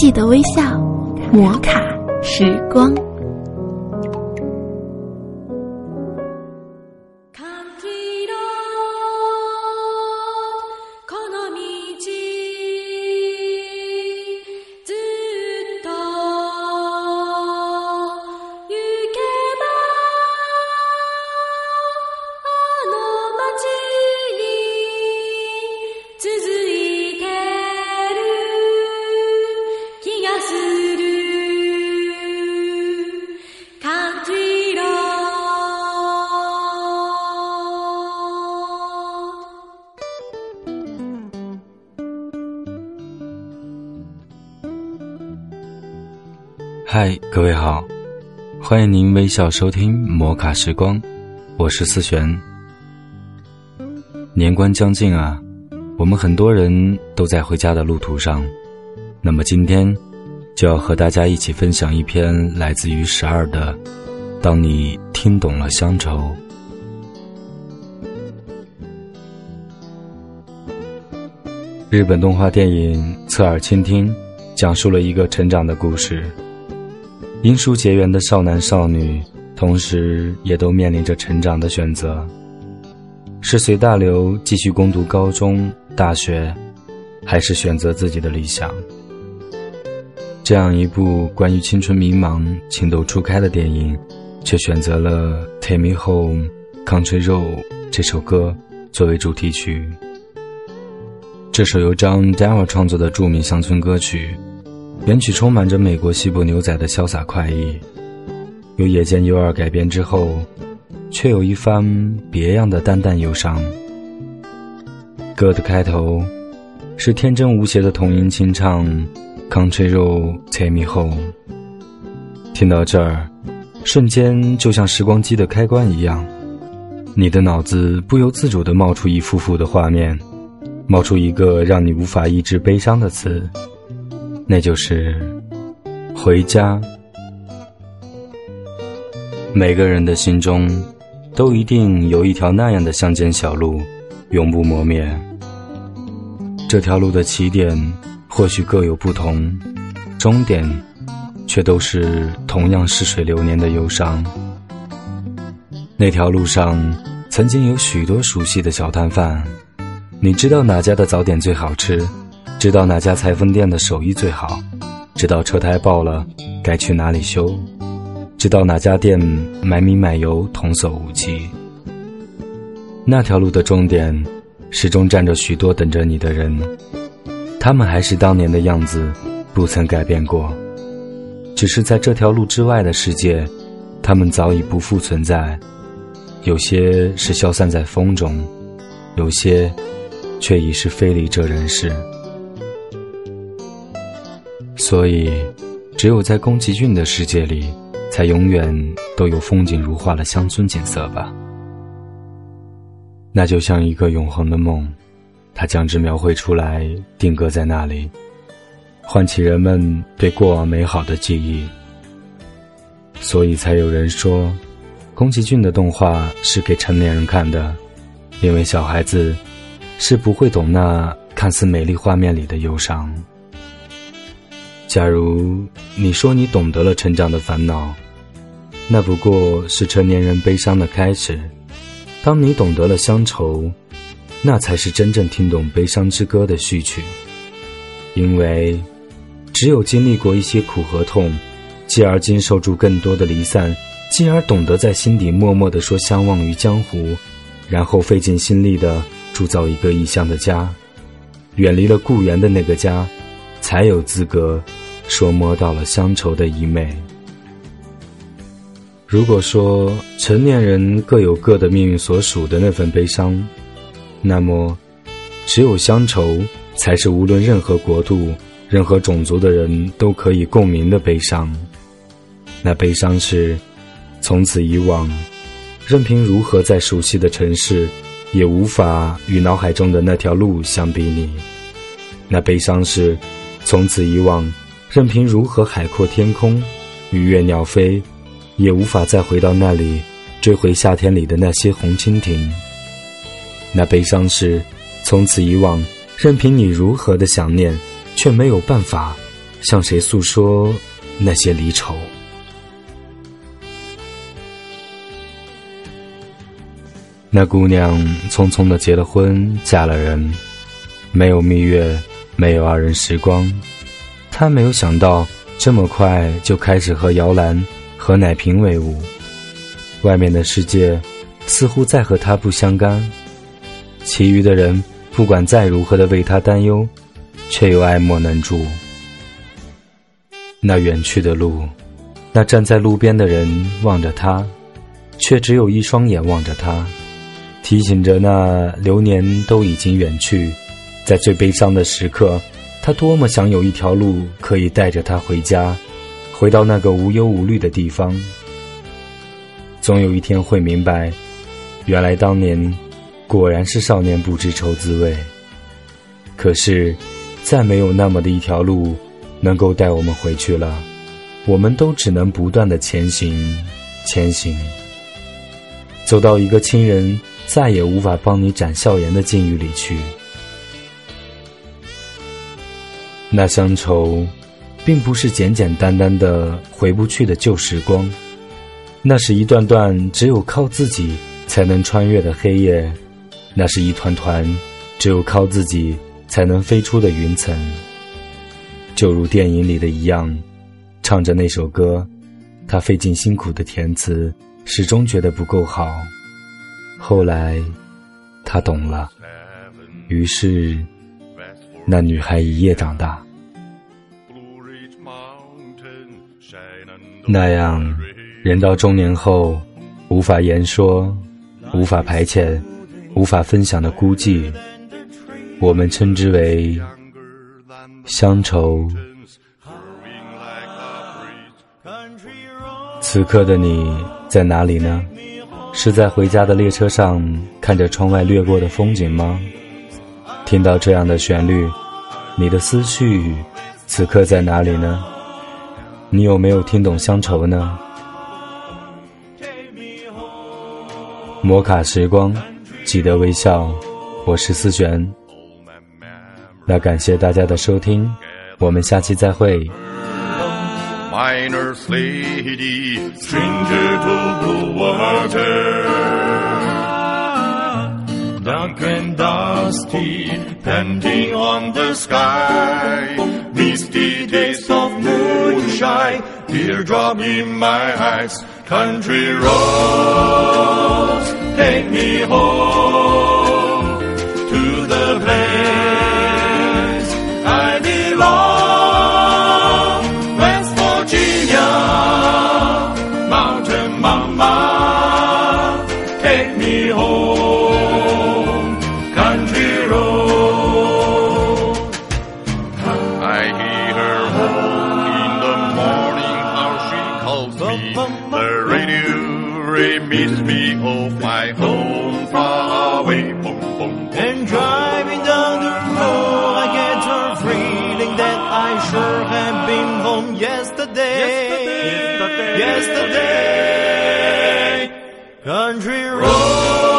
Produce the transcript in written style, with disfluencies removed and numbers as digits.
记得微笑，摩卡时光。 嗨，各位好，欢迎您微笑收听摩卡时光，我是思璇。年关将近啊，我们很多人都在回家的路途上，那么今天就要和大家一起分享一篇来自于12的当你听懂了乡愁。日本动画电影《侧耳倾听》讲述了一个成长的故事，因书结缘的少男少女，同时也都面临着成长的选择，是随大流继续攻读高中、大学，还是选择自己的理想。这样一部关于青春迷茫、情窦初开的电影，却选择了 Take Me Home Country Road 这首歌作为主题曲。这首由 John Denver 创作的著名乡村歌曲，原曲充满着美国西部牛仔的潇洒快意，由野间优二改编之后，却有一番别样的淡淡忧伤。歌的开头是天真无邪的童音清唱 Country Road Take Me Home， 听到这儿，瞬间就像时光机的开关一样，你的脑子不由自主地冒出一幅幅的画面，冒出一个让你无法抑制悲伤的词，那就是回家。每个人的心中都一定有一条那样的乡间小路，永不磨灭。这条路的起点或许各有不同，终点却都是同样逝水流年的忧伤。那条路上曾经有许多熟悉的小摊贩，你知道哪家的早点最好吃，知道哪家裁缝店的手艺最好，知道车胎爆了该去哪里修，知道哪家店买米买油童叟无欺。那条路的终点始终站着许多等着你的人，他们还是当年的样子，不曾改变过，只是在这条路之外的世界，他们早已不复存在，有些是消散在风中，有些却已是飞离这人世。所以只有在宫崎骏的世界里，才永远都有风景如画的乡村景色吧。那就像一个永恒的梦，它将之描绘出来，定格在那里，唤起人们对过往美好的记忆。所以才有人说，宫崎骏的动画是给成年人看的，因为小孩子是不会懂那看似美丽画面里的忧伤。假如你说你懂得了成长的烦恼，那不过是成年人悲伤的开始。当你懂得了乡愁，那才是真正听懂悲伤之歌的序曲。因为只有经历过一些苦和痛，继而经受住更多的离散，继而懂得在心底默默地说相忘于江湖，然后费尽心力地铸造一个异乡的家，远离了故园的那个家，才有资格说摸到了乡愁的一美。如果说成年人各有各的命运所属的那份悲伤，那么只有乡愁才是无论任何国度、任何种族的人都可以共鸣的悲伤。那悲伤是从此以往，任凭如何在熟悉的城市，也无法与脑海中的那条路相比拟。那悲伤是从此以往，任凭如何海阔天空，鱼跃鸟飞，也无法再回到那里，追回夏天里的那些红蜻蜓。那悲伤是从此以往，任凭你如何的想念，却没有办法向谁诉说那些离愁？那姑娘匆匆地结了婚，嫁了人，没有蜜月，没有2人时光。她没有想到这么快就开始和摇篮和奶瓶为伍，外面的世界似乎再和她不相干。其余的人不管再如何的为她担忧，却又爱莫能助。那远去的路，那站在路边的人望着她，却只有一双眼望着她，提醒着那流年都已经远去。在最悲伤的时刻，他多么想有一条路可以带着他回家，回到那个无忧无虑的地方。总有一天会明白，原来当年果然是少年不知愁滋味。可是再没有那么的一条路能够带我们回去了，我们都只能不断地前行，走到一个亲人再也无法帮你展笑颜的境遇里去。那乡愁并不是简简单单的回不去的旧时光，那是一段段只有靠自己才能穿越的黑夜，那是一团团只有靠自己才能飞出的云层。就如电影里的一样，唱着那首歌，他费尽辛苦的填词，始终觉得不够好。后来他懂了，于是那女孩一夜长大。那样人到中年后无法言说，无法排遣，无法分享的孤寂，我们称之为乡愁。此刻的你在哪里呢？是在回家的列车上看着窗外掠过的风景吗？听到这样的旋律，你的思绪此刻在哪里呢？你有没有听懂乡愁呢？摩卡时光，记得微笑。我是思璇。那感谢大家的收听，我们下期再会。 Miner's lady, stranger to blue water, dark and dusty, panting on the sky, misty taste of moonshine, teardrop in my eyes, country roads, take me home to the place I belong.Mountain mama, take me home, country road. I hear her home in the morning, how she calls me. The radio reminds me of my home far away. And driving down the road, I get her feeling that I sure have been home yesterday. Country road.